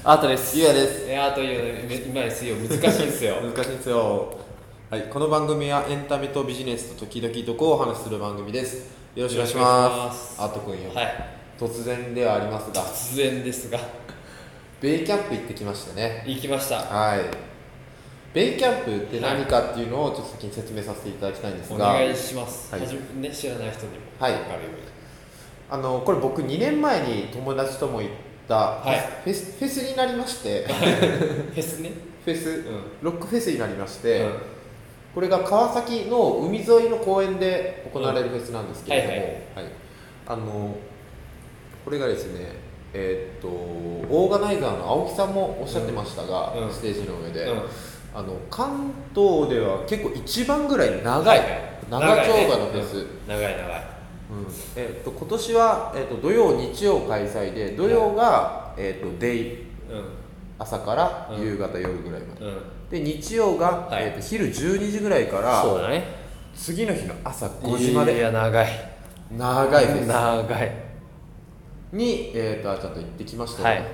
アートです。 ゆうやです。 アートいうの今ですよ、難しいんですよ。 難しいんですよ。はい、この番組はエンタメとビジネスと時々とこうお話しする番組です。よろしくお願いします。アートくんよ、 はい。 突然ではありますが、 突然ですが、 ベイキャンプ行ってきましたね。 行きました。 はい。ベイキャンプって何かっていうのをちょっと先に説明させていただきたいんですが、 お願いします。 はい、 知らない人にもはい分かるように。 これ僕2年前に友達とも行ったフェスになりましてフェスね。 フェス、 うん、 ロックフェスになりまして、これが川崎の海沿いの公園で行われるフェスなんですけれども、これがですね、オーガナイザーの青木さんもおっしゃってましたが、ステージの上で、関東では結構一番ぐらい長丁場のフェス、 長い、 今年は、土曜日曜開催で、土曜が、デイ、朝から夕方、夜ぐらいまで、で日曜が、昼12時ぐらいから、 そうだね、 次の日の朝5時まで。 いや長いフェス長いに、ちゃんと行ってきましたよ。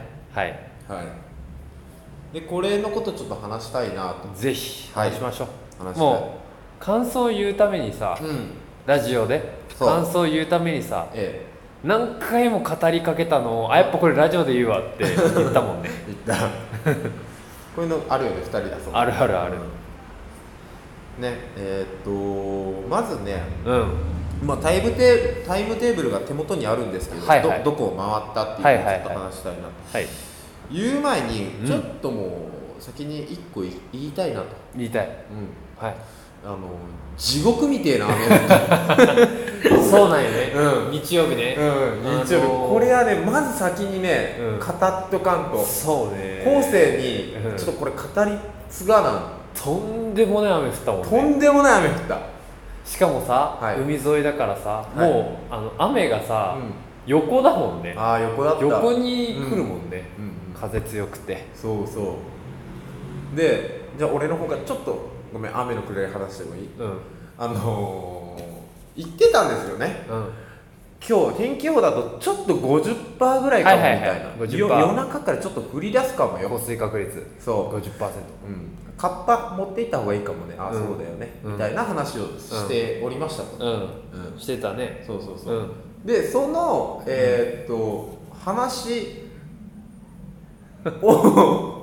でこれのことちょっと話したいなと。 ぜひ話しましょう。 もう感想を言うためにさ、ラジオで感想を言うためにさ、何回も語りかけたのを、やっぱこれラジオで言うわって言ったもんね。 言ったこういうのあるよね、2人だそう。 あるね。まずね、タイムテーブルが手元にあるんですけど、どこを回ったっていうのをちょっと話したいなと、言う前にちょっともう先に1個言いたいなと。 言いたい。 地獄みてえな雨そうなんよね。日曜日ね。 日曜日、これはね、まず先にね、語っとかんと。 そうね。 後世にちょっとこれ語り継がな。 とんでもない雨降ったもんね。 とんでもない雨降った。 しかもさ、海沿いだからさ、もう雨がさ、横だもんね。 横だった。 横に来るもんね。風強くて。 そうそう。で、じゃあ俺の方がちょっとごめん、雨のくらい話してもいい？言ってたんですよね。今日天気予報だとちょっと 50% ぐらいかもみたいな。夜中からちょっと降り出すかもよ。 降水確率。 そう。 50%。 カッパ持っていった方がいいかもね。そうだよね。みたいな話をしておりましたと。 してたね。 そう。で、その話を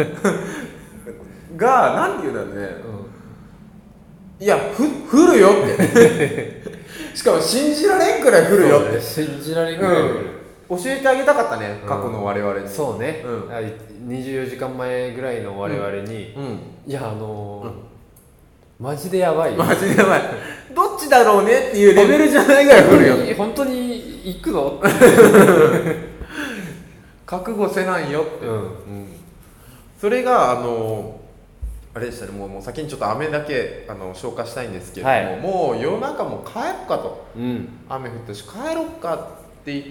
がなんていうんだろうね。いや、降るよってしかも信じられんくらい降るよって。 信じられんくらい降る。 教えてあげたかったね、過去の我々に。 そうね。24時間前ぐらいの我々に、いやマジでやばいよ。 マジでやばい。どっちだろうねっていうレベルじゃないぐらい降るよ。 本当に行くの覚悟せないよって。それがあれでしたね。もう先にちょっと雨だけ消化したいんですけれども、もう夜中もう帰ろっかと、雨降ったし帰ろっかって言って、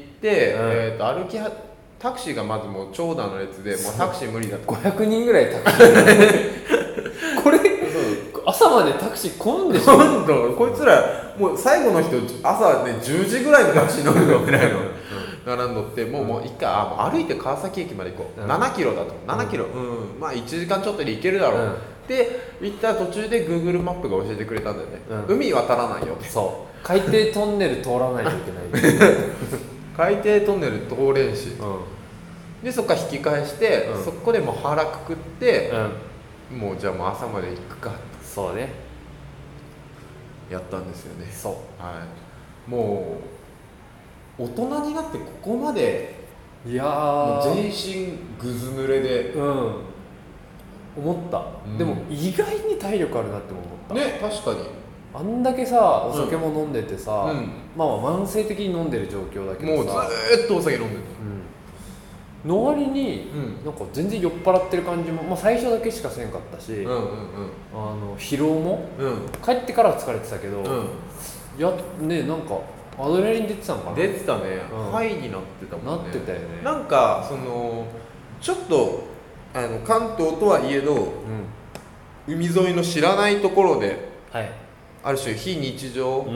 タクシーがまずもう長蛇の列で、もうタクシー無理だと。 500人ぐらいタクシーこれ朝までタクシー混んでしょ。 今度こいつらもう最後の人朝ね10時ぐらいのタクシー乗るのぐらいの並んどって、もう一回歩いて川崎駅まで行こう、7キロだと、7キロ、まあ1時間ちょっとで行けるだろうって言った途中で Google マップが教えてくれたんだよね。海渡らないよ。 そう、海底トンネル通らないといけない海底トンネル通れんし、でそこから引き返して、そこでもう腹くくって、もうじゃあもう朝まで行くかと。 そうね、 やったんですよね。 そう、 もう大人になってここまで、 いや全身ぐず濡れで、 思った、でも意外に体力あるなって思ったね。確かにあんだけさ、お酒も飲んでてさ、まあ慢性的に飲んでる状況だけどさ、 もうずーっとお酒飲んでた、 の割に、なんか全然酔っ払ってる感じも、最初だけしかせんかったし、疲労も、帰ってからは疲れてたけど、なんかアドレナリン出てたのかな。 出てたね、ハイになってたもんね。 なってたよね。 なんかちょっと関東とはいえど、海沿いの知らないところで、ある種非日常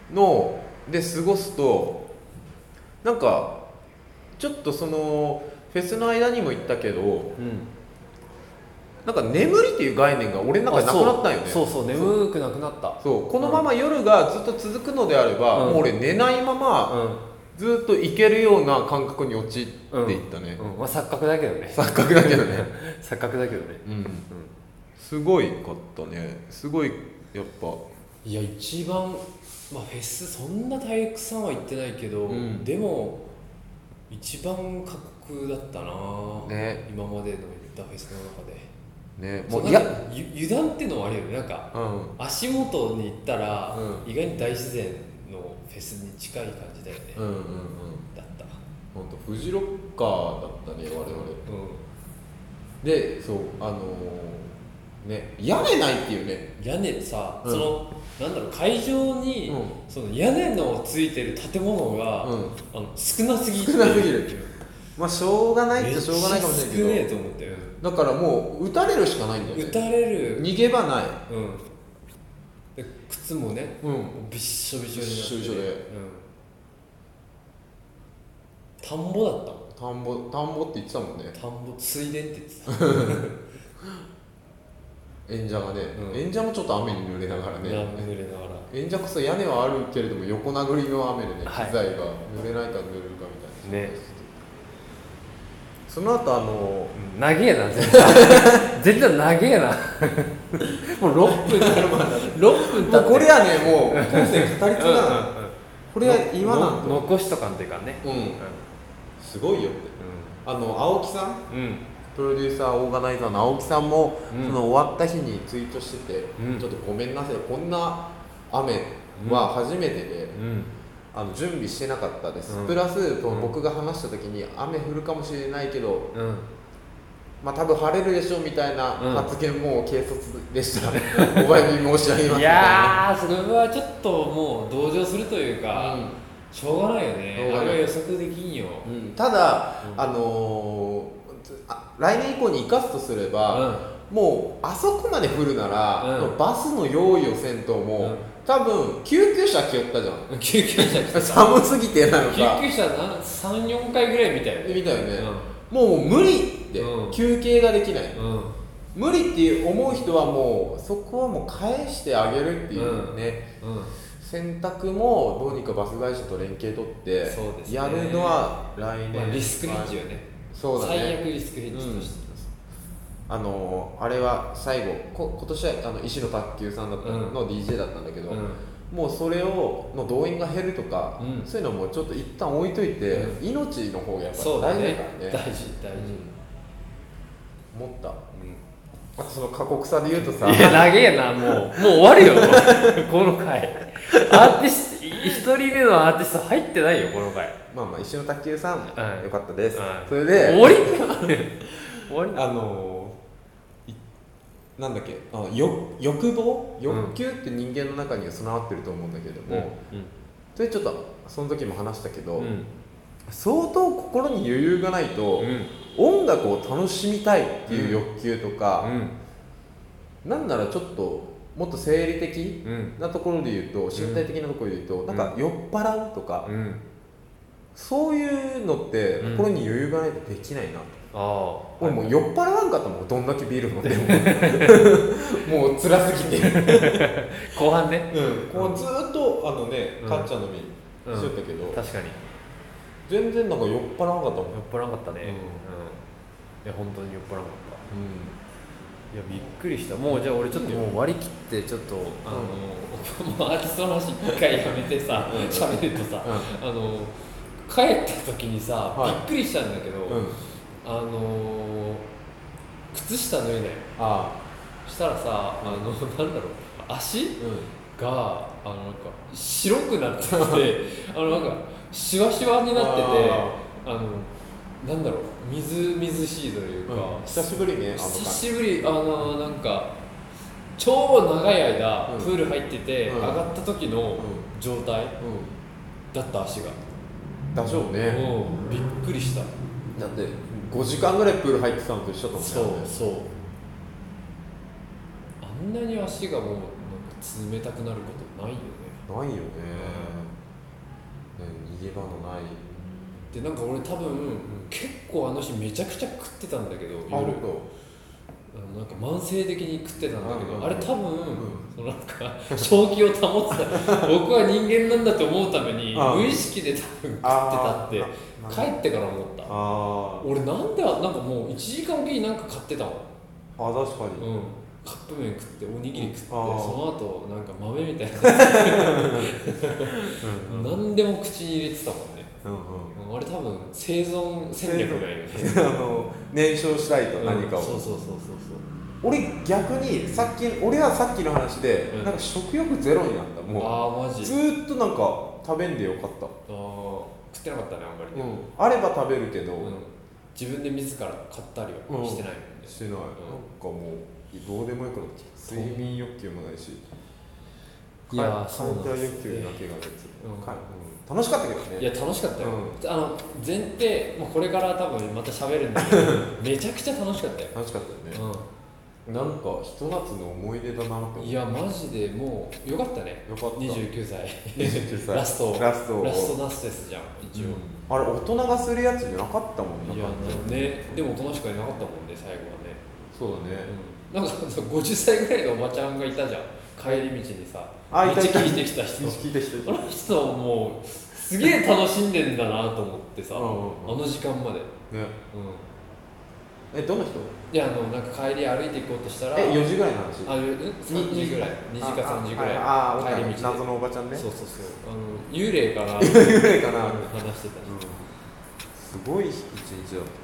で過ごすと、なんかちょっとフェスの間にも言ったけど、なんか眠りっていう概念が俺の中でなくなったんよね。 そう眠くなくなった。 そうこのまま夜がずっと続くのであれば、もう俺寝ないまま、ずっといけるような感覚に陥っていったね。 まあ錯覚だけどね。 錯覚だけどね。 錯覚だけどね。 すごいかったね。すごいやっぱ。 いや一番まあフェスそんなたくさんは行ってないけど、でも一番過酷だったな。ね。今までの行ったフェスの中で。ね、もう油断っていうのもあるよね。なんか、足元に行ったら、意外に大自然のフェスに近い感じだよね。だった。 本当フジロッカーだったね我々。でそうね屋根ないっていうね。 屋根さ、そのなんだろう会場に、その屋根のついてる建物が、少なすぎる。 まあしょうがないっちゃしょうがないかもしれないけど、 少ねえと思ったよ。 だからもう撃たれるしかないんだよね。 撃たれる、 逃げ場ない。 で靴もね、びっしょびしょになって、びっしょびしょで、田んぼだったもん。 田んぼって言ってたもんね。 田んぼ水田って言ってた。 演者がね、演者もちょっと雨に濡れながらね。演者こそ屋根はあるけれども横殴りの雨でね、機材が濡れないか濡れるかみたいなね。その後長えな絶対長えなもう6分経るまで6分経ってこれはねもう後世語り継がないこれは今なん残しとかんというかね。 すごいよって。青木さん、プロデューサーオーガナイザーの青木さんも、その終わった日にツイートしてて、ちょっとごめんなさいこんな雨は初めてで、準備してなかったです、プラス僕が話した時に雨降るかもしれないけど、まあ多分晴れるでしょみたいな発言も軽率でした、お詫び申し上げます。 いやーそれはちょっともう同情するというか、しょうがないよね。あれは予測できんよ。 ただ、来年以降に生かすとすれば、もうあそこまで降るなら、バスの用意をせんとも、多分救急車来よったじゃん。 救急車来た。 寒すぎてなのか。 救急車3、4回ぐらい見たよね。 見たよね。もう無理って休憩ができない。無理って思う人はもうそこはもう返してあげるっていうね。洗濯もどうにかバス会社と連携取ってやるのは来年。 リスクヘッジよね。 そうだね。 最悪リスクヘッジとして。 あれは最後今年は石野卓球さんだったの DJ だったんだけど、もうそれをの動員が減るとか、そういうのもちょっと一旦置いといて、命の方がやっぱ大事だからね。 大事思った。あとその過酷さで言うとさ、 いや長えな、もう終わるよこの回。アーティスト1人目のアーティスト入ってないよこの回。 まあ石野卓球さん、よかったです。それで終わりなんだっけ、欲望、欲求って人間の中には備わってると思うんだけども、それちょっとその時も話したけど、相当心に余裕がないと、音楽を楽しみたいっていう欲求とか、なんならちょっともっと生理的なところで言うと、身体的なところで言うと、なんか酔っ払うとか、そういうのって心に余裕がないとできないな。俺もう酔っ払わんかったもん、どんだけビール飲んでももう辛すぎて後半ね、 後半ずっとかっちゃんのみしよったけど、 確かに全然なんか酔っ払わんかったもん。 酔っ払わんかったね。いや本当に酔っ払わんかった。いやびっくりした。もうじゃあ俺ちょっともう割り切ってちょっともうアーティストの話一回やめてさ喋るとさ、帰った時にさびっくりしたんだけど、靴下脱いだよ。したらさ、なんだろう、足、がなんか白くなっててなんかシワシワになってて、なんだろう、みずみずしいというか、 久しぶりね。 久しぶり。なんか超長い間プール入ってて、上がった時の状態だった足が。 だしょうね。 びっくりした。 だって5時間ぐらいプール入ってたのと一緒だもんね。 そうあんなに足がもうなんか冷たくなることないよね。 ないよね。逃げ場のない。 でなんか俺多分、結構あの日めちゃくちゃ食ってたんだけど夜なんか慢性的に食ってたんだけど、あれ多分、そのなんか正気を保ってた僕は人間なんだと思うために無意識で多分食ってたって帰ってから思った。俺なんでなんかもう1時間おきになんか買ってたもん。 確かに、 カップ麺食っておにぎり食って、その後なんか豆みたいな何でも口に入れてたもんね。あれ多分生存戦略がいるね燃焼したいと何かを、 そう俺逆に俺はさっきの話で、なんか食欲ゼロになった。もうマジずーっとなんか食べんでよかった。 食ってなかったねあんまり、 あれば食べるけど、 自分で自ら買ったりはしてないもんね。 してない、なんかもうどうでもよくなっちゃう。睡眠欲求もないし、 いやそうなんです欲求だけが別に、楽しかったけどね。 いや楽しかったよ、前提、これから多分また喋るんだけどめちゃくちゃ楽しかったよ。 楽しかったよね、なんかひと夏の思い出だなって思う。 いやマジでもうよかったね。 よかった。 29歳ラストナスですじゃん一応、 あれ大人がするやつじゃなかったもんね。 いやね、でも大人しかいなかったもんね最後はね。 そうだね、 なんか50歳ぐらいのおばちゃんがいたじゃん帰り道にさ、道聞聞いてきた人。あの人もうすげえ楽しんでんだなと思ってさ、あの時間までね。 どの人？ いやなんか帰り歩いていこうとしたら 4時ぐらいの話。 3時ぐらい、2時か3時ぐらい帰り道で謎のおばちゃんね。 そう幽霊かな幽霊かな話してたし、 すごい一日だった。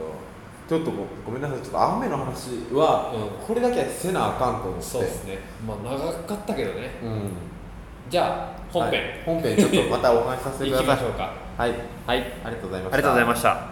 ちょっとごめんなさい、ちょっと雨の話はこれだけはせなあかんと思って。 そうですね、長かったけどね。じゃあ本編ちょっとまたお話しさせてください。 行きましょうか。 はい、ありがとうございました。 ありがとうございました。